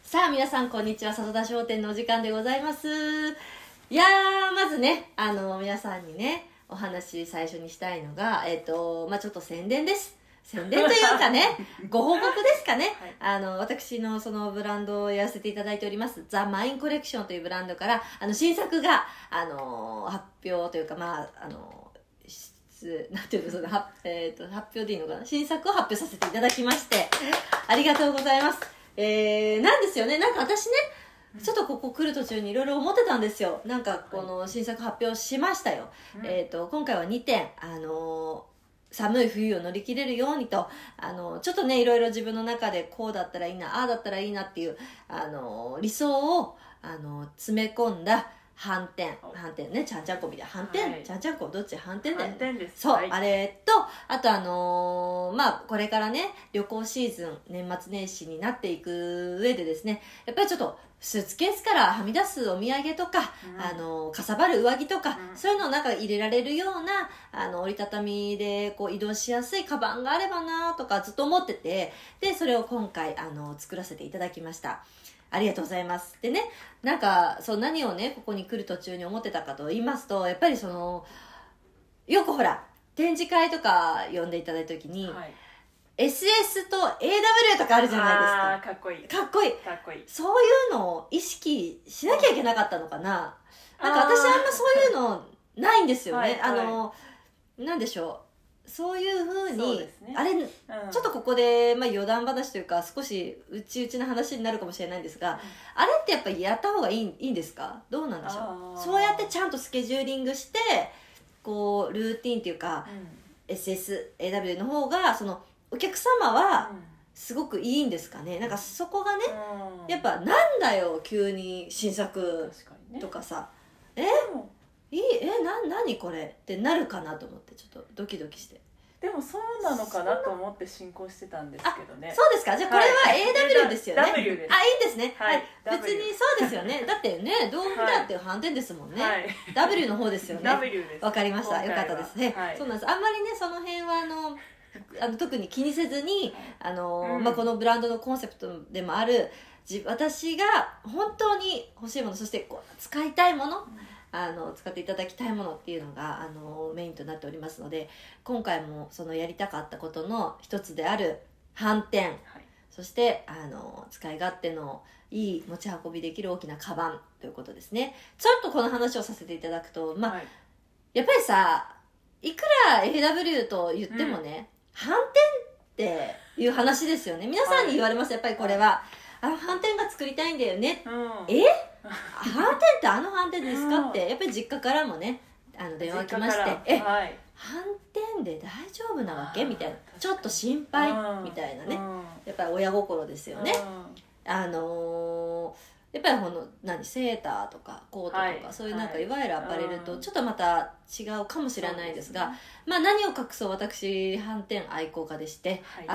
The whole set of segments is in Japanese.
さあ皆さんこんにちは、里田商店のお時間でございます。いやー、まずね、皆さんにねお話最初にしたいのがちょっと宣伝です。宣伝というかねご報告ですかね、はい、私のそのブランドをやらせていただいておりますザ・マインコレクションというブランドから新作が発表というかなんていうのその発表でいいのかな、新作を発表させていただきましてありがとうございます。なんですよね、なんか私ねちょっとここ来る途中にいろいろ思ってたんですよ。なんかこの新作発表しましたよ、今回は2点寒い冬を乗り切れるようにとちょっとねいろいろ自分の中でこうだったらいいなああだったらいいなっていう理想を詰め込んだ反転ね、ちゃんちゃんこみたいな反転、はい、ちゃんちゃんこどっち反転だよね。 反転です。 そう、 はい、 あれとあとこれからね旅行シーズン年末年始になっていく上でですね、やっぱりちょっとスーツケースからはみ出すお土産とか、かさばる上着とか、そういうのをなんか入れられるような折りたたみでこう移動しやすいカバンがあればなとかずっと思ってて、でそれを今回作らせていただきました。ありがとうございます。でね、なんか何をねここに来る途中に思ってたかと言いますと、やっぱりよくほら展示会とか呼んでいただいた時に、はい、SS と AW とかあるじゃないですか。 かっこいいかっこいいかっこいい。 そういうのを意識しなきゃいけなかったのかな。なんか私あんまそういうのないんですよね。はい、なんでしょう、そういう風に、ね、あれ、ちょっとここで、余談話というか少し内々な話になるかもしれないんですが、あれってやっぱりやった方がいいんですか？どうなんでしょう。そうやってちゃんとスケジューリングしてこうルーティンっていうか、SSAW の方がお客様はすごくいいんですかね。なんかそこがね、やっぱなんだよ急に新作とかさ、何これってなるかなと思ってちょっとドキドキして。 でもそうなのかなと思って進行してたんですけどね。 そうですか。じゃあこれは AW ですよね。 W です。 あ、いいんですね。はい。別にそうですよね。だってね、どう見たって反転ですもんね。W の方ですよね。 W です。 わかりました。よかったですね。そうなんです。あんまりね、その辺は特に気にせずに、このブランドのコンセプトでもある、私が本当に欲しいもの、そして使いたいもの、使っていただきたいものっていうのがメインとなっておりますので、今回もやりたかったことの一つである反転、はい、そして使い勝手のいい持ち運びできる大きなカバンということですね。ちょっとこの話をさせていただくと、はい、やっぱりさ、いくら AW と言ってもね、反転っていう話ですよね。皆さんに言われます、やっぱりこれは。反転が作りたいんだよね。反転って反転ですかって、やっぱり実家からもね電話来まして、はい、反転で大丈夫なわけみたいな、ちょっと心配みたいなね、やっぱり親心ですよね。やっぱりセーターとかコートとか、はい、そういうなんかいわゆるアパレルとちょっとまた違うかもしれないですが、何を隠そう私反転愛好家でして、はい、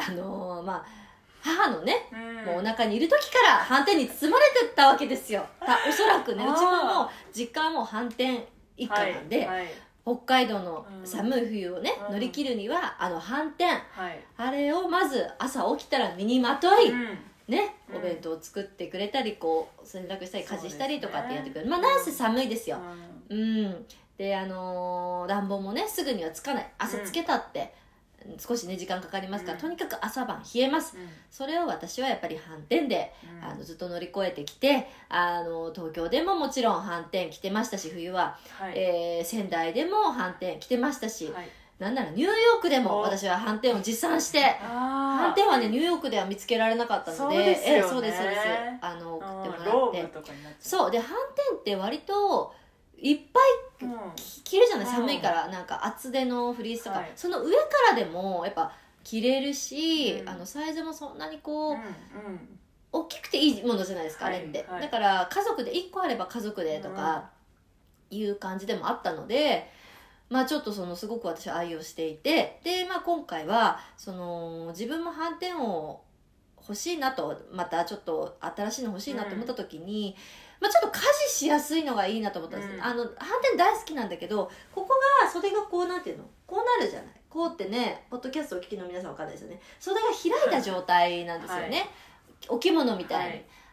母のね、もうお腹にいる時から反転に包まれてたわけですよ。おそらくね、うちももう実家はもう反転一家なんで、はいはい、北海道の寒い冬をね、乗り切るには反転、あれをまず朝起きたら身にまとい、ね、お弁当を作ってくれたり洗濯したり家事したりとかってやってくれる。なんせ寒いですよ。で暖房もねすぐにはつかない。朝つけたって、少しね時間かかりますから、とにかく朝晩冷えます、それを私はやっぱり反転で、ずっと乗り越えてきて、東京でももちろん反転着てましたし、冬は、仙台でも反転着てましたし、なんならニューヨークでも私は反転を持参して、反転はねニューヨークでは見つけられなかったので、そうです送ってもらって、そうで、反転って割といっぱい着るじゃない、寒いから。なんか厚手のフリースとか、その上からでもやっぱ着れるし、サイズもそんなに大きくていいものじゃないですか、あれって。だから家族で1個あれば家族でとかいう感じでもあったので、ちょっとすごく私は愛用していて、で、今回は自分も反転を欲しいなと、またちょっと新しいの欲しいなと思った時に、ちょっと家事しやすいのがいいなと思ったんです、反転大好きなんだけど、ここが袖がなんていうの、こうなるじゃない。こうってね、ポッドキャストをお聞きの皆さんわかんないですよね。袖が開いた状態なんですよね、お着物みたいに。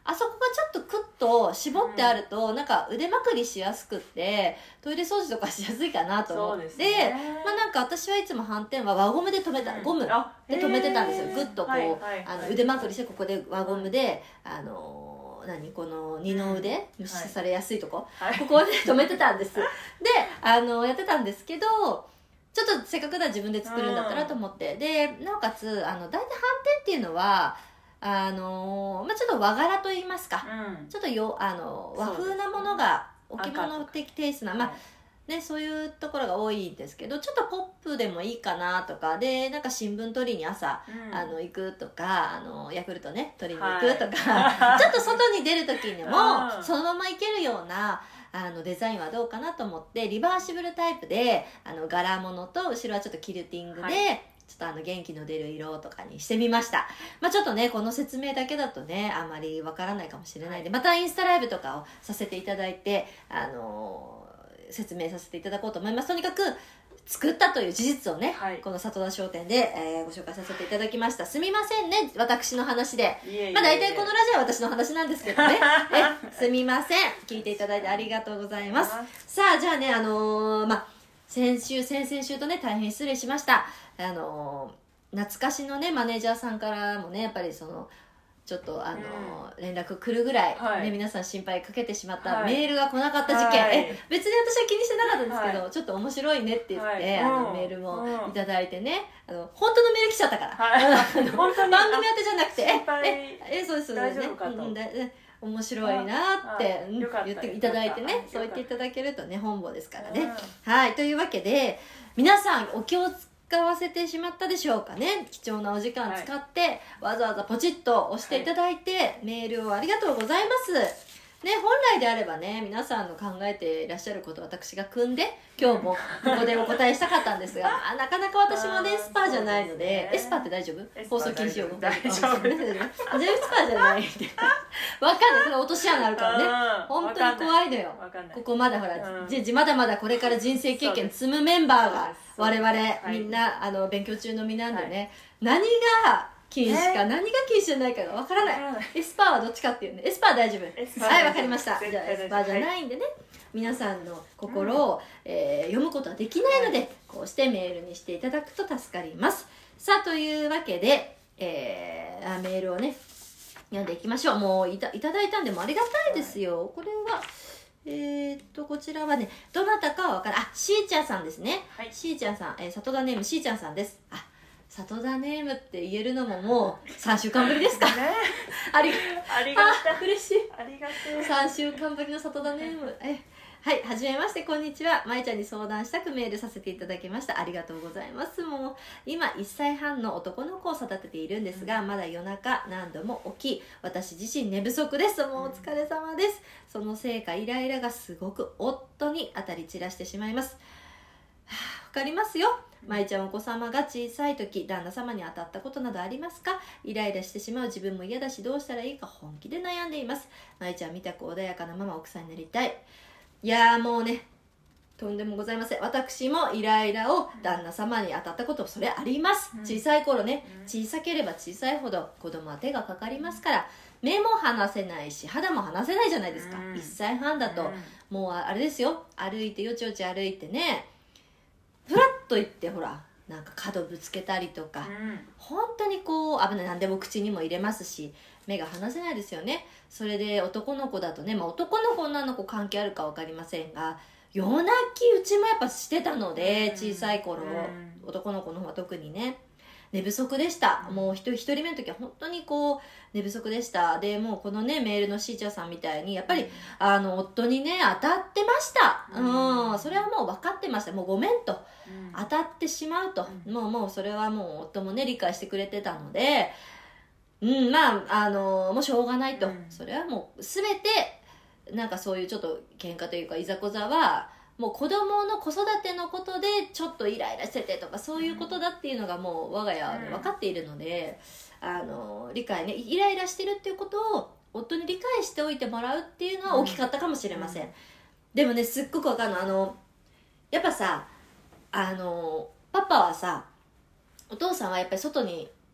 あそこがちょっとクッと絞ってあると、なんか腕まくりしやすくってトイレ掃除とかしやすいかなと思って、まあなんか私はいつも斑点は輪ゴムで留めた、ゴムで留めてたんですよ。グッとこう、腕まくりしてここで輪ゴムでこの二の腕刺されやすいとこ、ここで留めてたんです。でやってたんですけど、ちょっとせっかくだ自分で作るんだったらと思って、でなおかつ大体斑点っていうのはまあ、ちょっと和柄と言いますか、ちょっと和風なものが置物的テイストな、まあね、そういうところが多いんですけど、ちょっとポップでもいいかなとかで、なんか新聞取りに朝、行くとかヤクルトね取りに行くとか、ちょっと外に出る時にもそのまま行けるようなデザインはどうかなと思って、リバーシブルタイプで柄物と後ろはちょっとキルティングで、ちょっと元気の出る色とかにしてみました。まあちょっとね、この説明だけだとね、あまりわからないかもしれないので、またインスタライブとかをさせていただいて、説明させていただこうと思います。とにかく、作ったという事実をね、この里田商店で、ご紹介させていただきました。すみませんね、私の話で。まあ大体このラジオは私の話なんですけどね。すみません。聞いていただいてありがとうございます。さあ、じゃあね、まあ、先々週とね、大変失礼しました。懐かしのね、マネージャーさんからもね、やっぱりちょっと連絡来るぐらい、ね、皆さん心配かけてしまったメールが来なかった事件、別に私は気にしてなかったんですけど、ちょっと面白いねって言って、メールもいただいてね、本当のメール来ちゃったから、番組宛てじゃなくて、そうです大丈夫かと、 面白いなって言っていただいてね、そう言っていただけるとね、本望ですからね。はい、というわけで皆さんお気を使わせてしまったでしょうかね。貴重なお時間使って、わざわざポチッと押していただいて、メールをありがとうございます。ね、本来であればね、皆さんの考えていらっしゃることを私が組んで、今日もここでお答えしたかったんですが、なかなか私もね、エスパーじゃないので、エスパーって大丈夫？放送禁止用語。 大丈夫。 エスパーじゃないって。わかんない。これ落とし穴になるからね。本当に怖いのよ。ここまだほら、まだまだこれから人生経験積むメンバーが、我々、みんな、勉強中の身なんでね、何が、禁止か何が禁止じゃないかがわからない。エスパーはどっちかっていうね。エスパー大丈夫。はい、わかりました。じゃあエスパーじゃないんでね、皆さんの心を、読むことはできないので、こうしてメールにしていただくと助かります。さあ、というわけで、メールをね、読んでいきましょう。もういただいたんでもありがたいですよ。これは、こちらはね、どなたかはわからない。しーちゃんさんですね。しーちゃんさん、里田ネームしーちゃんさんです。里田ネームって言えるのももう3週間ぶりですか？ありがとう。嬉しい。 ありがとう。 3週間ぶりの里田ネーム。はい、はじめまして、こんにちは。まいちゃんに相談したくメールさせていただきました。ありがとうございます。もう、今、1歳半の男の子を育てているんですが、まだ夜中何度も起き、私自身寝不足です。もうお疲れ様です。そのせいか、イライラがすごく夫に当たり散らしてしまいます。わかりますよ。まいちゃん、お子様が小さい時、旦那様に当たったことなどありますか？イライラしてしまう自分も嫌だし、どうしたらいいか本気で悩んでいます。まいちゃんみたく穏やかなママ奥さんになりたい。いやーもうね、とんでもございません。私もイライラを旦那様に当たったことそれあります。小さい頃ね、小さければ小さいほど子供は手がかかりますから、目も離せないし肌も離せないじゃないですか。1歳半だともうあれですよ、歩いてよちよち歩いてね、ふらっと行ってほらなんか角ぶつけたりとか、本当にこう危ない、何でも口にも入れますし、目が離せないですよね。それで男の子だとね、男の子女の子関係あるか分かりませんが、夜泣きうちもやっぱしてたので、小さい頃、男の子の方は特にね、寝不足でした。もう一人目の時は本当にこう寝不足でした。でもうこのねメールのしーちゃんさんみたいにやっぱり、夫にね当たってました。それはもう分かってました。もうごめんと、当たってしまうと、もうそれはもう夫もね理解してくれてたので、まあもうしょうがないと、それはもう全てなんかそういうちょっと喧嘩というかいざこざはもう子供の子育てのことでちょっとイライラしててとかそういうことだっていうのがもう我が家で分かっているので、理解ね、イライラしてるっていうことを夫に理解しておいてもらうっていうのは大きかったかもしれません。でもねすっごく分かるの。やっぱさパパはさ、お父さんはやっぱり外に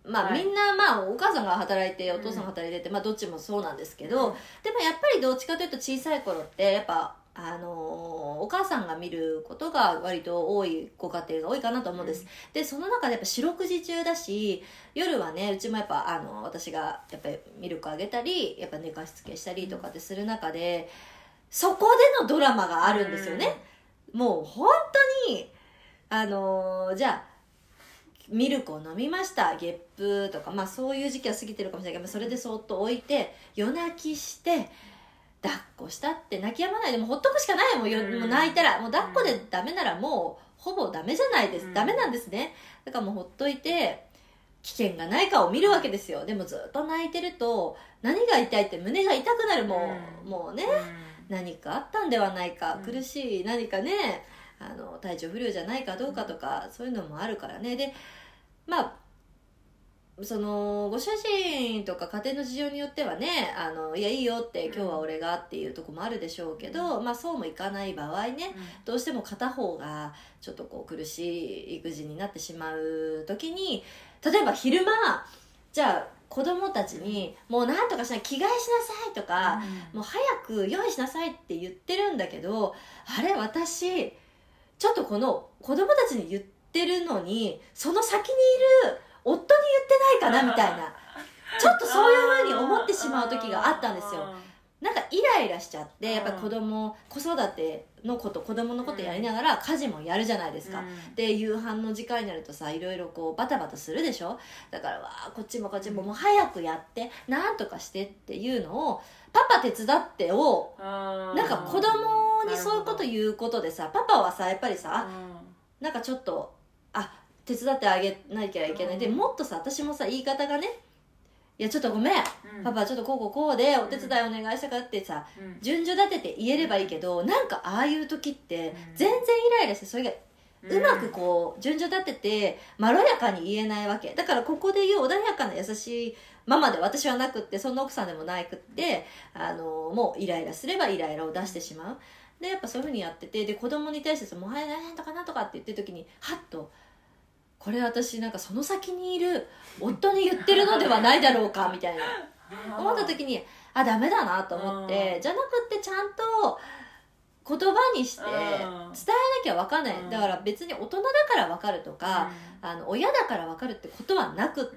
まあ、みんな、まあ、お母さんが働いてお父さんが働いてて、まあ、どっちもそうなんですけど、でもやっぱりどっちかというと小さい頃ってやっぱお母さんが見ることが割と多いご家庭が多いかなと思うんです、でその中でやっぱ四六時中だし、夜はねうちもやっぱ私がやっぱりミルクあげたりやっぱ寝かしつけしたりとかってする中で、そこでのドラマがあるんですよね、もう本当にじゃあミルクを飲みました、ゲップとか、まあそういう時期は過ぎてるかもしれないけど、それでそっと置いて夜泣きして抱っこしたって泣き止まないでもほっとくしかないもん、もう泣いたらもう抱っこでダメならもうほぼダメじゃないです、ダメなんですね。だからもうほっといて危険がないかを見るわけですよ。でもずっと泣いてると何が痛いって胸が痛くなる、もうね、何かあったんではないか、苦しい何かね体調不良じゃないかどうかとか、そういうのもあるからね。でまあそのご主人とか家庭の事情によってはねいやいいよって今日は俺がっていうとこもあるでしょうけど、まあそうもいかない場合ね、どうしても片方がちょっとこう苦しい育児になってしまう時に、例えば昼間じゃあ子供たちにもうなんとかしない、着替えしなさいとか、もう早く用意しなさいって言ってるんだけど、あれ私ちょっとこの子供たちに言ってるのにその先にいる夫に言ってないかなみたいな、ちょっとそういう風に思ってしまう時があったんですよ。なんかイライラしちゃって、やっぱり子育てのこと子供のことやりながら家事もやるじゃないですか、で夕飯の時間になるとさいろいろこうバタバタするでしょ。だからこっちもこっちももう早くやってなんとかしてっていうのをパパ手伝ってをなんか子供にそういうこと言うことでさ、パパはさやっぱりさなんかちょっと手伝ってあげなきゃいけない、でもっとさ私もさ言い方がね、いやちょっとごめん、パパちょっとこうでお手伝いお願いしたからってさ、順序立てて言えればいいけど、なんかああいう時って全然イライラしてそれがうまくこう順序立ててまろやかに言えないわけだから、ここで言う穏やかな優しいママで私はなくって、そんな奥さんでもなくってもうイライラすればイライラを出してしまう。でやっぱそういうふうにやってて、で子供に対してもうはいなんとかなんとかって言ってる時にハッと、これ私なんかその先にいる夫に言ってるのではないだろうかみたいな思った時にダメだなと思って、じゃなくってちゃんと言葉にして伝えなきゃ分かんない。だから別に大人だから分かるとか、親だから分かるってことはなくって、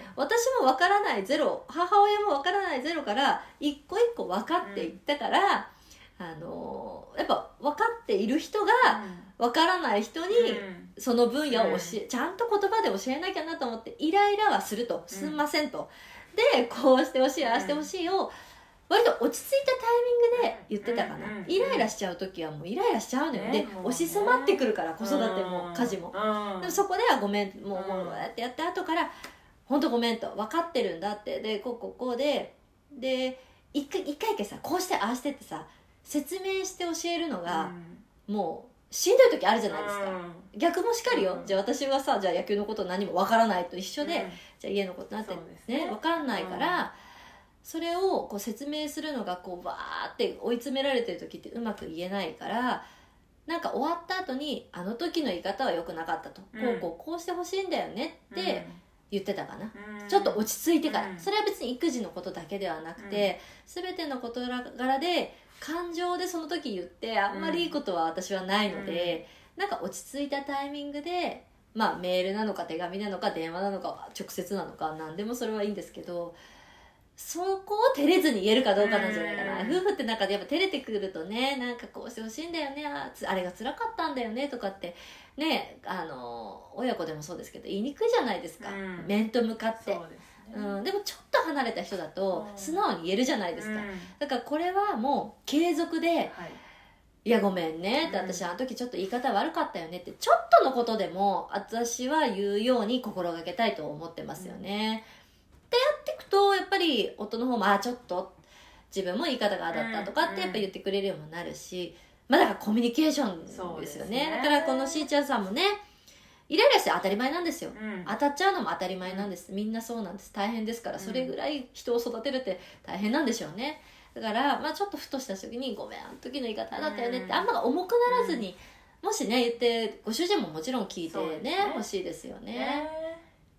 私も分からないゼロ、母親も分からないゼロから一個一個分かっていったから、やっぱ分かっている人が分からない人にその分野をちゃんと言葉で教えなきゃなと思って、イライラはすると、すんませんと、でこうしてほしいああしてほしいを割と落ち着いたタイミングで言ってたかな。イライラしちゃう時はもうイライラしちゃうのよ。で押し迫ってくるから、子育ても家事も。でもそこではごめん、もうやってやった後から本当ごめんと、分かってるんだって、でこうで一回さこうしてああしてってさ説明して教えるのがもうしんどい時あるじゃないですか、逆もしかりよ、じゃあ私はさじゃあ野球のこと何も分からないと一緒で、じゃあ家のことなんてね分かんないから、それをこう説明するのがこうバーって追い詰められてる時ってうまく言えないから、なんか終わった後にあの時の言い方は良くなかったと、こうしてほしいんだよねって言ってたかな、ちょっと落ち着いてから、それは別に育児のことだけではなくて、全ての事柄で感情でその時言ってあんまりいいことは私はないので、なんか落ち着いたタイミングで、まあメールなのか手紙なのか電話なのか直接なのか何でもそれはいいんですけど、そこを照れずに言えるかどうかなんじゃないかな。夫婦って中でやっぱ照れてくるとね、なんかこうしてほしいんだよね、あれが辛かったんだよねとかってね、親子でもそうですけど言いにくいじゃないですか、面と向かって。でもちょっと離れた人だと素直に言えるじゃないですか、だからこれはもう継続で、いやごめんねって、私あの時ちょっと言い方悪かったよねってちょっとのことでも私は言うように心がけたいと思ってますよね、でやっていくとやっぱり夫の方もちょっと自分も言い方がだったとかってやっぱ言ってくれるようになるし、だからコミュニケーションですよね。だからこのしーちゃんさんもねイライラして当たり前なんですよ、当たっちゃうのも当たり前なんです、みんなそうなんです、大変ですから、それぐらい人を育てるって大変なんでしょうね。だから、ちょっとふとした時にごめんあの時の言い方だったよねってあんま重くならずに、もしね言ってご主人ももちろん聞いてね欲しいですよね。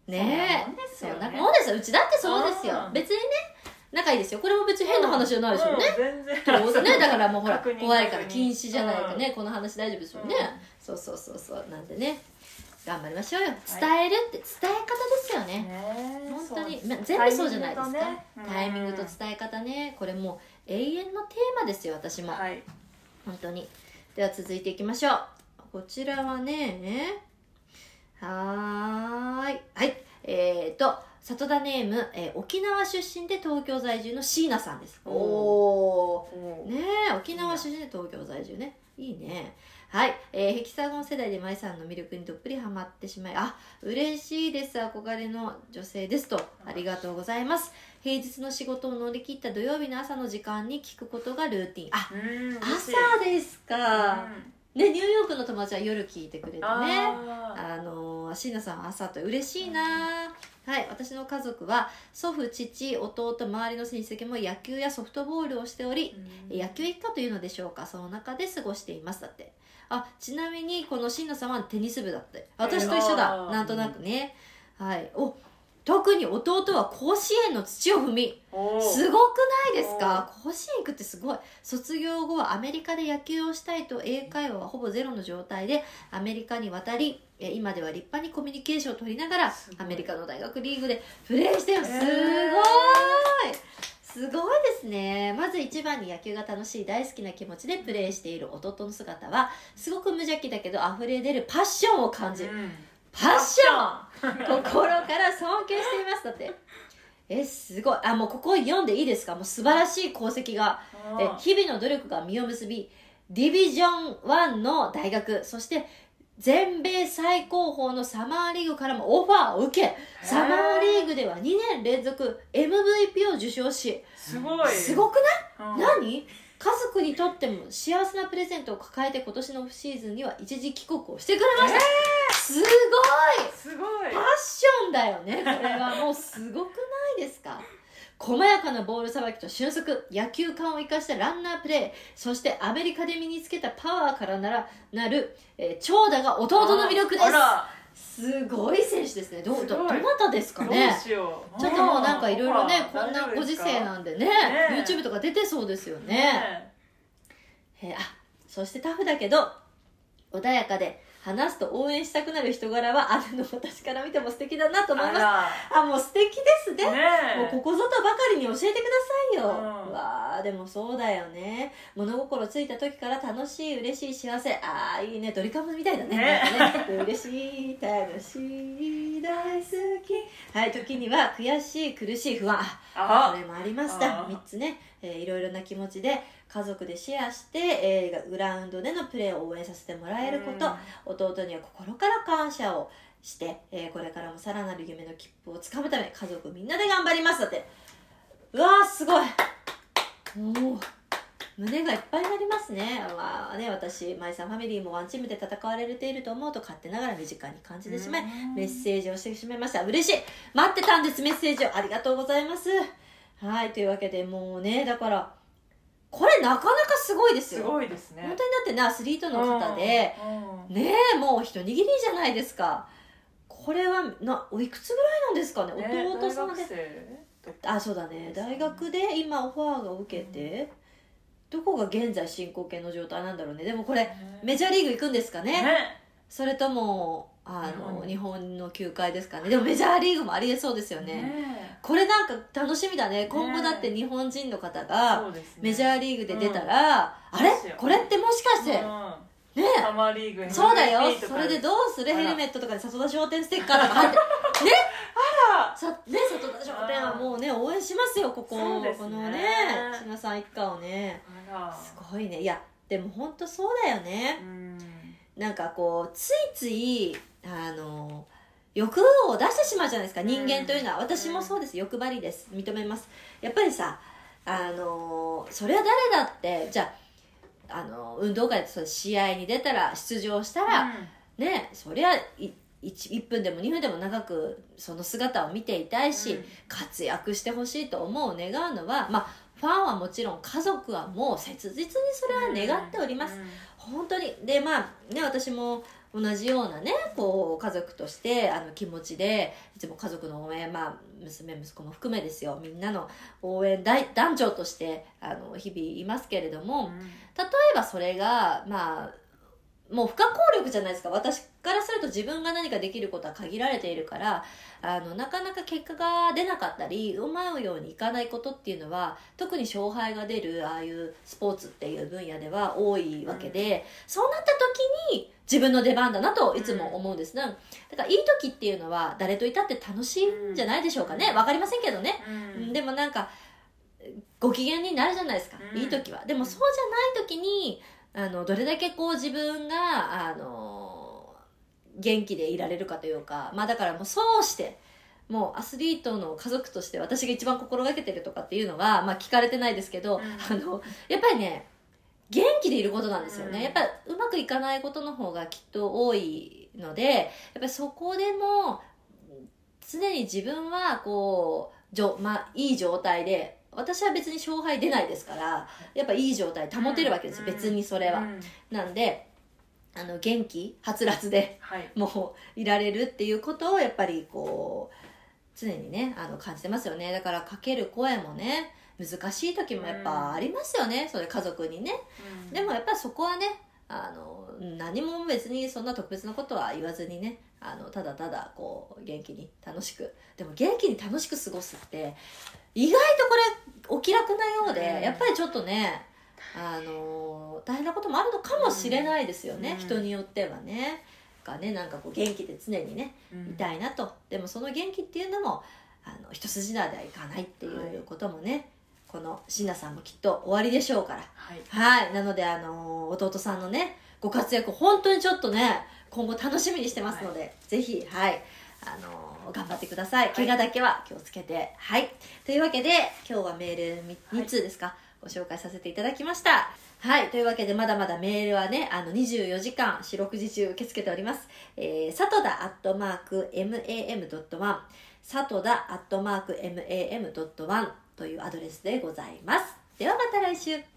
ねえ、そんなもんですよ。うちだってそうですよ。別にね仲いいですよ。これも別に変な話じゃないですよね。 全然そうね。だからもうほら確認怖いから禁止じゃないかね、この話大丈夫ですよね。そうなんでね頑張りましょうよ。伝えるって伝え方ですよね。本当に全部そうじゃないですか。タイミングと伝え方ね。これもう永遠のテーマですよ、私も。本当に。では続いていきましょう。こちらはね、はい。里田ネーム、沖縄出身で東京在住の椎名さんです。ねえ、沖縄出身で東京在住ね。いいね。はい。ヘキサゴン世代で舞さんの魅力にどっぷりハマってしまい、嬉しいです。憧れの女性ですと。ありがとうございます。平日の仕事を乗り切った土曜日の朝の時間に聞くことがルーティン。朝ですか。ね、ニューヨークの友達は夜聞いてくれてね。椎名さんは朝と嬉しいな。はい、私の家族は祖父、父、弟、周りの親戚も野球やソフトボールをしており、野球一家というのでしょうか、その中で過ごしています。だってちなみにこの椎名さんはテニス部だって。私と一緒だ、なんとなくね。はい。特に弟は甲子園の土を踏み、すごくないですか？甲子園行くってすごい。卒業後はアメリカで野球をしたいと英会話はほぼゼロの状態でアメリカに渡り、今では立派にコミュニケーションを取りながらアメリカの大学リーグでプレーしてる。すごいですね。まず一番に野球が楽しい大好きな気持ちでプレーしている弟の姿はすごく無邪気だけど溢れ出るパッションを感じる。パッション心から尊敬しています。だってすごい。もうここ読んでいいですか？もう素晴らしい功績が日々の努力が実を結び、ディビジョン1の大学、そして全米最高峰のサマーリーグからもオファーを受け、サマーリーグでは2年連続 MVP を受賞し、すごくない？何？家族にとっても幸せなプレゼントを抱えて今年のオフシーズンには一時帰国をしてくれました。すごいパッションだよね。これはもうすごくないですか？細やかなボールさばきと俊足、野球勘を生かしたランナープレー、そしてアメリカで身につけたパワーからなる、長打が弟の魅力です。すごい選手ですね。どなたですかね。ちょっともうなんかいろいろね、こんなご時世なんでね、YouTube とか出てそうですよね。そしてタフだけど穏やかで話すと応援したくなる人柄はあるの私から見ても素敵だなと思います。もう素敵ですね。もうここぞとばかりに教えてくださいよ。わー、でもそうだよね。物心ついた時から楽しい、嬉しい、幸せ。いいね。ドリカムみたいだね。嬉しい、楽しい、大好き。はい、時には悔しい、苦しい、不安。これもありました。3つね。いろいろな気持ちで家族でシェアして、グラウンドでのプレーを応援させてもらえること、弟には心から感謝をして、これからもさらなる夢の切符をつかむため家族みんなで頑張ります。だって、うわーすごい、もう胸がいっぱいになりますね。私舞さんファミリーもワンチームで戦われていると思うと勝手ながら身近に感じてしまいメッセージをしてしまいました。嬉しい、待ってたんです、メッセージを。ありがとうございます。はい、というわけでもうね、だからこれなかなかすごいですよ。 すごいですね。 本当にだってね、アスリートの方で、ねえ、もう一握りじゃないですか。これはおいくつぐらいなんですかね、弟さんで。そうだね、大学で今オファーが受けて、どこが現在進行形の状態なんだろうね。でもこれメジャーリーグ行くんですかね。それとも日本の球界ですかね。でもメジャーリーグもありえそうですよね。これなんか楽しみだね。今後だって日本人の方がメジャーリーグで出たら、あれこれってもしかしてねえ、 サマーリーグにそうだよ。それでどうする？ヘルメットとかに里田商店ステッカーとか貼ってね、里田商店はもうね応援しますよ。このね椎名さん一家をね。すごいね。いやでも本当そうだよね。なんかこうついつい欲を出してしまうじゃないですか、人間というのは。私もそうです。欲張りです。認めます。やっぱりさ、それは誰だってじゃあ運動会で試合に出たら出場したら、ね、そりゃ1分でも2分でも長くその姿を見ていたいし、活躍してほしいと思う、願うのは、ファンはもちろん家族はもう切実にそれは願っております。本当に。で私も同じようなねこう家族として気持ちでいつも家族の応援、娘息子も含めですよ、みんなの応援団長として日々いますけれども、例えばそれがもう不可抗力じゃないですか。私からすると自分が何かできることは限られているから、なかなか結果が出なかったり思うようにいかないことっていうのは、特に勝敗が出るああいうスポーツっていう分野では多いわけで、そうなった時に自分の出番だなといつも思うんですね。だからいい時っていうのは誰といたって楽しいんじゃないでしょうかね。わかりませんけどね。でもなんかご機嫌になるじゃないですか、いい時は。でもそうじゃない時にどれだけこう自分が元気でいられるかというか、だからもうそうしてもうアスリートの家族として私が一番心がけてるとかっていうのが、聞かれてないですけど、やっぱりね元気でいることなんですよね。やっぱりうまくいかないことの方がきっと多いので、やっぱりそこでも常に自分はこういい状態で、私は別に勝敗出ないですから、やっぱいい状態保てるわけですよ、別にそれは。なんで元気はつらつで、もういられるっていうことをやっぱりこう常にね感じてますよね。だからかける声もね難しい時もやっぱありますよね、それ家族にね。でもやっぱりそこはね何も別にそんな特別なことは言わずにねただただこう元気に楽しく、でも元気に楽しく過ごすって意外とこれお気楽なようで、やっぱりちょっとね大変なこともあるのかもしれないですよね、人によってはね。なんかこう元気で常にねいたいなと。でもその元気っていうのも一筋縄ではいかないっていうこともね、この椎名さんもきっと終わりでしょうから、なので弟さんのねご活躍本当にちょっとね今後楽しみにしてますので、ぜひ頑張ってください。怪我だけは気をつけて。というわけで今日はメール2通ですか、ご紹介させていただきました。というわけでまだまだメールはね24時間四六時中受け付けております。さとだ@mam.1 さとだ@mam.1 というアドレスでございます。ではまた来週。